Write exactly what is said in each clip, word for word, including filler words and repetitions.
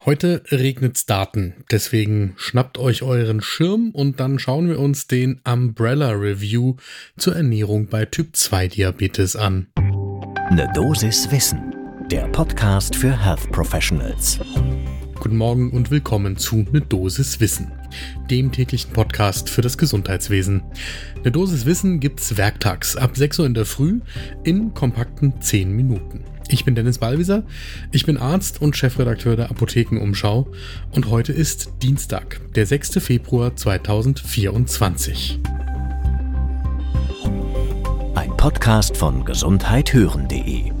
Heute regnet's Daten, deswegen schnappt euch euren Schirm und dann schauen wir uns den Umbrella Review zur Ernährung bei Typ zwei Diabetes an. Ne Dosis Wissen, der Podcast für Health Professionals. Guten Morgen und willkommen zu Ne Dosis Wissen, dem täglichen Podcast für das Gesundheitswesen. Ne Dosis Wissen gibt's werktags ab sechs Uhr in der Früh in kompakten zehn Minuten. Ich bin Dennis Ballwieser, ich bin Arzt und Chefredakteur der Apothekenumschau und heute ist Dienstag, der sechster Februar zweitausendvierundzwanzig. Ein Podcast von gesundheit hören punkt de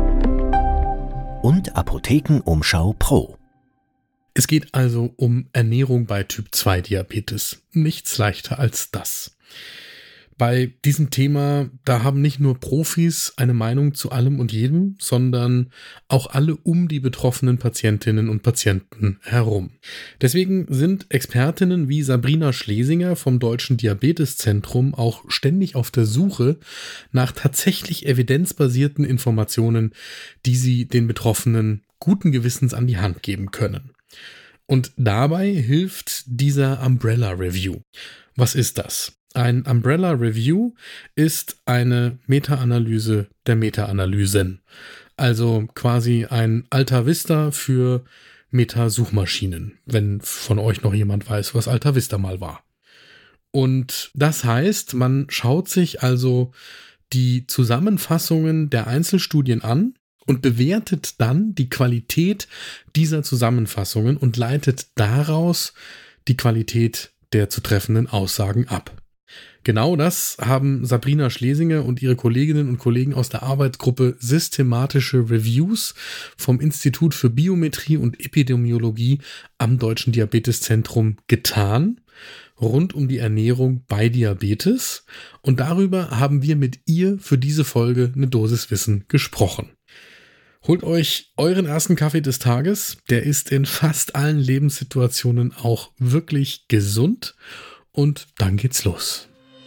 und Apothekenumschau Pro. Es geht also um Ernährung bei Typ zwei Diabetes. Nichts leichter als das. Bei diesem Thema, da haben nicht nur Profis eine Meinung zu allem und jedem, sondern auch alle um die betroffenen Patientinnen und Patienten herum. Deswegen sind Expertinnen wie Sabrina Schlesinger vom Deutschen Diabeteszentrum auch ständig auf der Suche nach tatsächlich evidenzbasierten Informationen, die sie den Betroffenen guten Gewissens an die Hand geben können. Und dabei hilft dieser Umbrella Review. Was ist das? Ein Umbrella Review ist eine Meta-Analyse der Meta-Analysen. Also quasi ein Alta Vista für Meta-Suchmaschinen, wenn von euch noch jemand weiß, was Alta Vista mal war. Und das heißt, man schaut sich also die Zusammenfassungen der Einzelstudien an und bewertet dann die Qualität dieser Zusammenfassungen und leitet daraus die Qualität der zu treffenden Aussagen ab. Genau das haben Sabrina Schlesinger und ihre Kolleginnen und Kollegen aus der Arbeitsgruppe Systematische Reviews vom Institut für Biometrie und Epidemiologie am Deutschen Diabeteszentrum getan, rund um die Ernährung bei Diabetes. Und darüber haben wir mit ihr für diese Folge eine Dosis Wissen gesprochen. Holt euch euren ersten Kaffee des Tages, der ist in fast allen Lebenssituationen auch wirklich gesund und dann geht's los.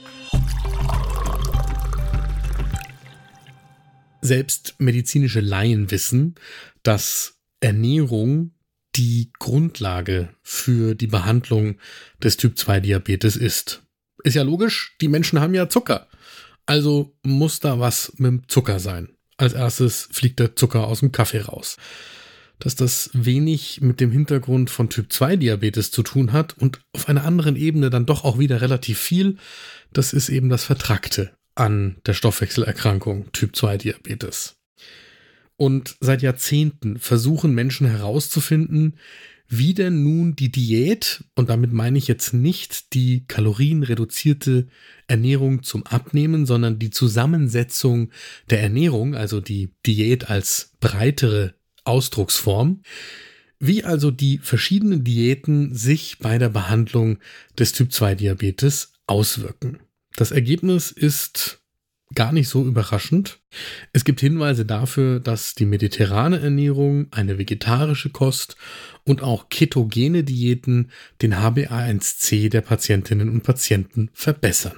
Selbst medizinische Laien wissen, dass Ernährung die Grundlage für die Behandlung des Typ zwei Diabetes ist. Ist ja logisch, die Menschen haben ja Zucker, also muss da was mit dem Zucker sein. Als erstes fliegt der Zucker aus dem Kaffee raus. Dass das wenig mit dem Hintergrund von Typ zwei Diabetes zu tun hat und auf einer anderen Ebene dann doch auch wieder relativ viel, das ist eben das Vertrackte an der Stoffwechselerkrankung Typ zwei Diabetes. Und seit Jahrzehnten versuchen Menschen herauszufinden, wie denn nun die Diät, und damit meine ich jetzt nicht die kalorienreduzierte Ernährung zum Abnehmen, sondern die Zusammensetzung der Ernährung, also die Diät als breitere Ausdrucksform, wie also die verschiedenen Diäten sich bei der Behandlung des Typ zwei Diabetes auswirken. Das Ergebnis ist gar nicht so überraschend. Es gibt Hinweise dafür, dass die mediterrane Ernährung, eine vegetarische Kost und auch ketogene Diäten den H b A eins C der Patientinnen und Patienten verbessern.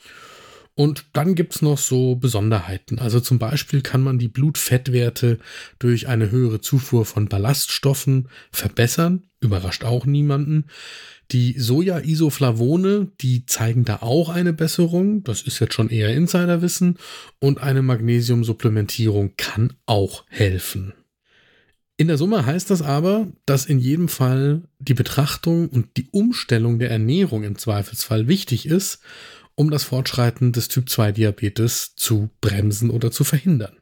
Und dann gibt's noch so Besonderheiten. Also zum Beispiel kann man die Blutfettwerte durch eine höhere Zufuhr von Ballaststoffen verbessern. Überrascht auch niemanden. Die Soja-Isoflavone, die zeigen da auch eine Besserung. Das ist jetzt schon eher Insiderwissen. Und eine Magnesiumsupplementierung kann auch helfen. In der Summe heißt das aber, dass in jedem Fall die Betrachtung und die Umstellung der Ernährung im Zweifelsfall wichtig ist, um das Fortschreiten des Typ zwei Diabetes zu bremsen oder zu verhindern.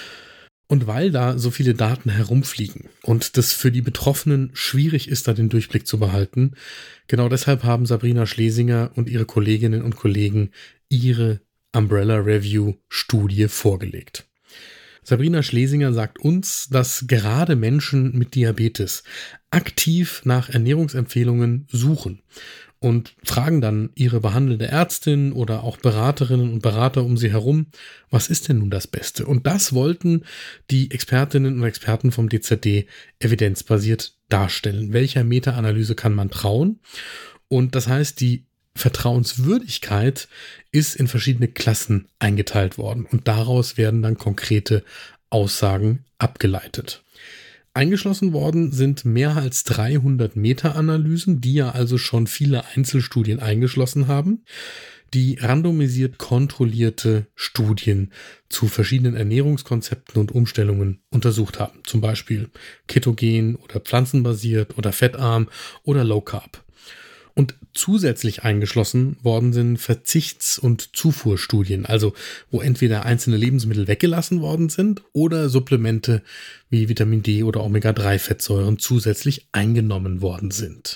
Und weil da so viele Daten herumfliegen und das für die Betroffenen schwierig ist, da den Durchblick zu behalten, genau deshalb haben Sabrina Schlesinger und ihre Kolleginnen und Kollegen ihre Umbrella Review Studie vorgelegt. Sabrina Schlesinger sagt uns, dass gerade Menschen mit Diabetes aktiv nach Ernährungsempfehlungen suchen und fragen dann ihre behandelnde Ärztin oder auch Beraterinnen und Berater um sie herum, was ist denn nun das Beste? Und das wollten die Expertinnen und Experten vom D Z D evidenzbasiert darstellen. Welcher Meta-Analyse kann man trauen? Und das heißt, die Vertrauenswürdigkeit ist in verschiedene Klassen eingeteilt worden und daraus werden dann konkrete Aussagen abgeleitet. Eingeschlossen worden sind mehr als dreihundert Meta-Analysen, die ja also schon viele Einzelstudien eingeschlossen haben, die randomisiert kontrollierte Studien zu verschiedenen Ernährungskonzepten und Umstellungen untersucht haben. Zum Beispiel ketogen oder pflanzenbasiert oder fettarm oder low carb. Und zusätzlich eingeschlossen worden sind Verzichts- und Zufuhrstudien, also wo entweder einzelne Lebensmittel weggelassen worden sind oder Supplemente wie Vitamin D oder Omega drei Fettsäuren zusätzlich eingenommen worden sind.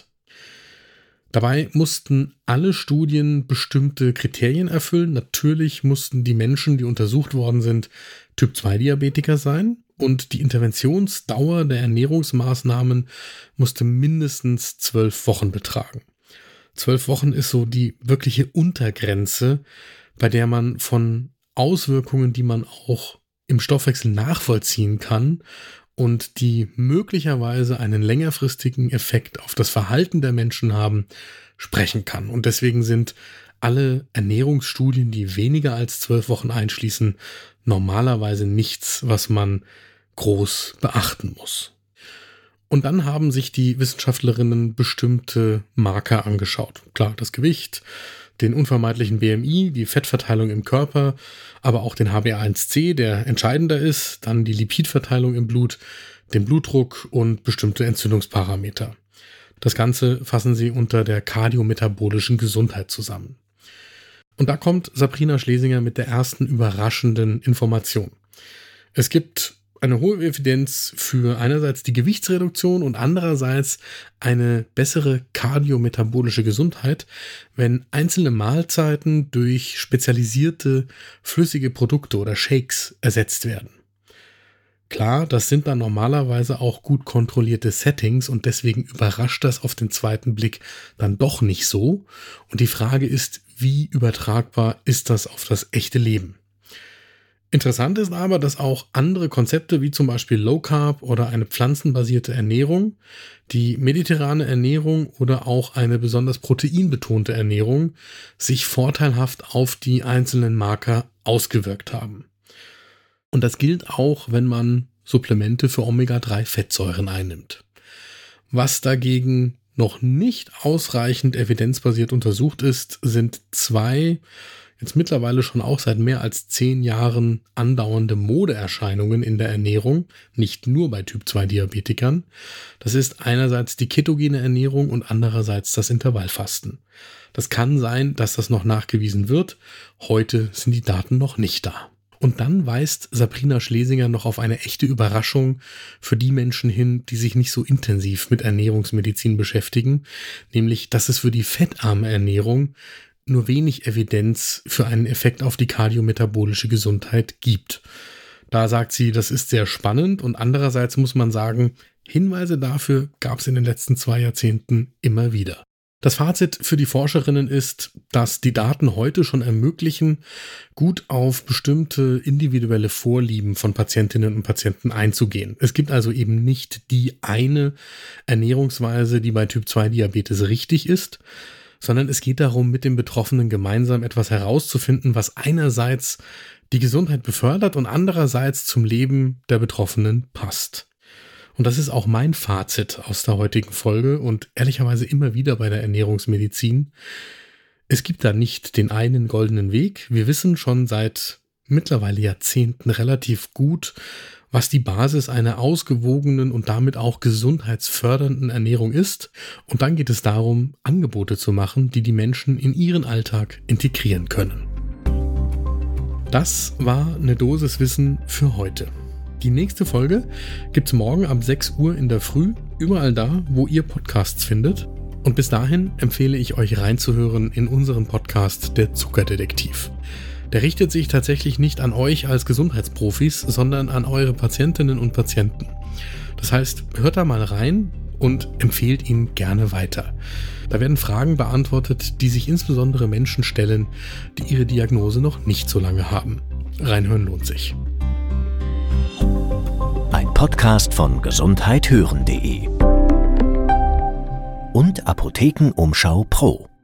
Dabei mussten alle Studien bestimmte Kriterien erfüllen. Natürlich mussten die Menschen, die untersucht worden sind, Typ zwei Diabetiker sein. Und die Interventionsdauer der Ernährungsmaßnahmen musste mindestens zwölf Wochen betragen. Zwölf Wochen ist so die wirkliche Untergrenze, bei der man von Auswirkungen, die man auch im Stoffwechsel nachvollziehen kann und die möglicherweise einen längerfristigen Effekt auf das Verhalten der Menschen haben, sprechen kann. Und deswegen sind alle Ernährungsstudien, die weniger als zwölf Wochen einschließen, normalerweise nichts, was man groß beachten muss. Und dann haben sich die Wissenschaftlerinnen bestimmte Marker angeschaut. Klar, das Gewicht, den unvermeidlichen B M I, die Fettverteilung im Körper, aber auch den H b A eins C, der entscheidender ist, dann die Lipidverteilung im Blut, den Blutdruck und bestimmte Entzündungsparameter. Das Ganze fassen sie unter der kardiometabolischen Gesundheit zusammen. Und da kommt Sabrina Schlesinger mit der ersten überraschenden Information. Es gibt eine hohe Evidenz für einerseits die Gewichtsreduktion und andererseits eine bessere kardiometabolische Gesundheit, wenn einzelne Mahlzeiten durch spezialisierte flüssige Produkte oder Shakes ersetzt werden. Klar, das sind dann normalerweise auch gut kontrollierte Settings und deswegen überrascht das auf den zweiten Blick dann doch nicht so. Und die Frage ist, wie übertragbar ist das auf das echte Leben? Interessant ist aber, dass auch andere Konzepte wie zum Beispiel Low Carb oder eine pflanzenbasierte Ernährung, die mediterrane Ernährung oder auch eine besonders proteinbetonte Ernährung sich vorteilhaft auf die einzelnen Marker ausgewirkt haben. Und das gilt auch, wenn man Supplemente für Omega drei Fettsäuren einnimmt. Was dagegen noch nicht ausreichend evidenzbasiert untersucht ist, sind zwei jetzt mittlerweile schon auch seit mehr als zehn Jahren andauernde Modeerscheinungen in der Ernährung, nicht nur bei Typ zwei Diabetikern. Das ist einerseits die ketogene Ernährung und andererseits das Intervallfasten. Das kann sein, dass das noch nachgewiesen wird. Heute sind die Daten noch nicht da. Und dann weist Sabrina Schlesinger noch auf eine echte Überraschung für die Menschen hin, die sich nicht so intensiv mit Ernährungsmedizin beschäftigen, nämlich, dass es für die fettarme Ernährung nur wenig Evidenz für einen Effekt auf die kardiometabolische Gesundheit gibt. Da sagt sie, das ist sehr spannend und andererseits muss man sagen, Hinweise dafür gab es in den letzten zwei Jahrzehnten immer wieder. Das Fazit für die Forscherinnen ist, dass die Daten heute schon ermöglichen, gut auf bestimmte individuelle Vorlieben von Patientinnen und Patienten einzugehen. Es gibt also eben nicht die eine Ernährungsweise, die bei Typ zwei Diabetes richtig ist, sondern es geht darum, mit den Betroffenen gemeinsam etwas herauszufinden, was einerseits die Gesundheit befördert und andererseits zum Leben der Betroffenen passt. Und das ist auch mein Fazit aus der heutigen Folge und ehrlicherweise immer wieder bei der Ernährungsmedizin. Es gibt da nicht den einen goldenen Weg. Wir wissen schon seit mittlerweile Jahrzehnten relativ gut, was die Basis einer ausgewogenen und damit auch gesundheitsfördernden Ernährung ist. Und dann geht es darum, Angebote zu machen, die die Menschen in ihren Alltag integrieren können. Das war eine Dosis Wissen für heute. Die nächste Folge gibt's morgen ab sechs Uhr in der Früh, überall da, wo ihr Podcasts findet. Und bis dahin empfehle ich euch reinzuhören in unseren Podcast Der Zuckerdetektiv. Der richtet sich tatsächlich nicht an euch als Gesundheitsprofis, sondern an eure Patientinnen und Patienten. Das heißt, hört da mal rein und empfehlt ihn gerne weiter. Da werden Fragen beantwortet, die sich insbesondere Menschen stellen, die ihre Diagnose noch nicht so lange haben. Reinhören lohnt sich. Ein Podcast von gesundheit hören punkt de und Apothekenumschau Pro.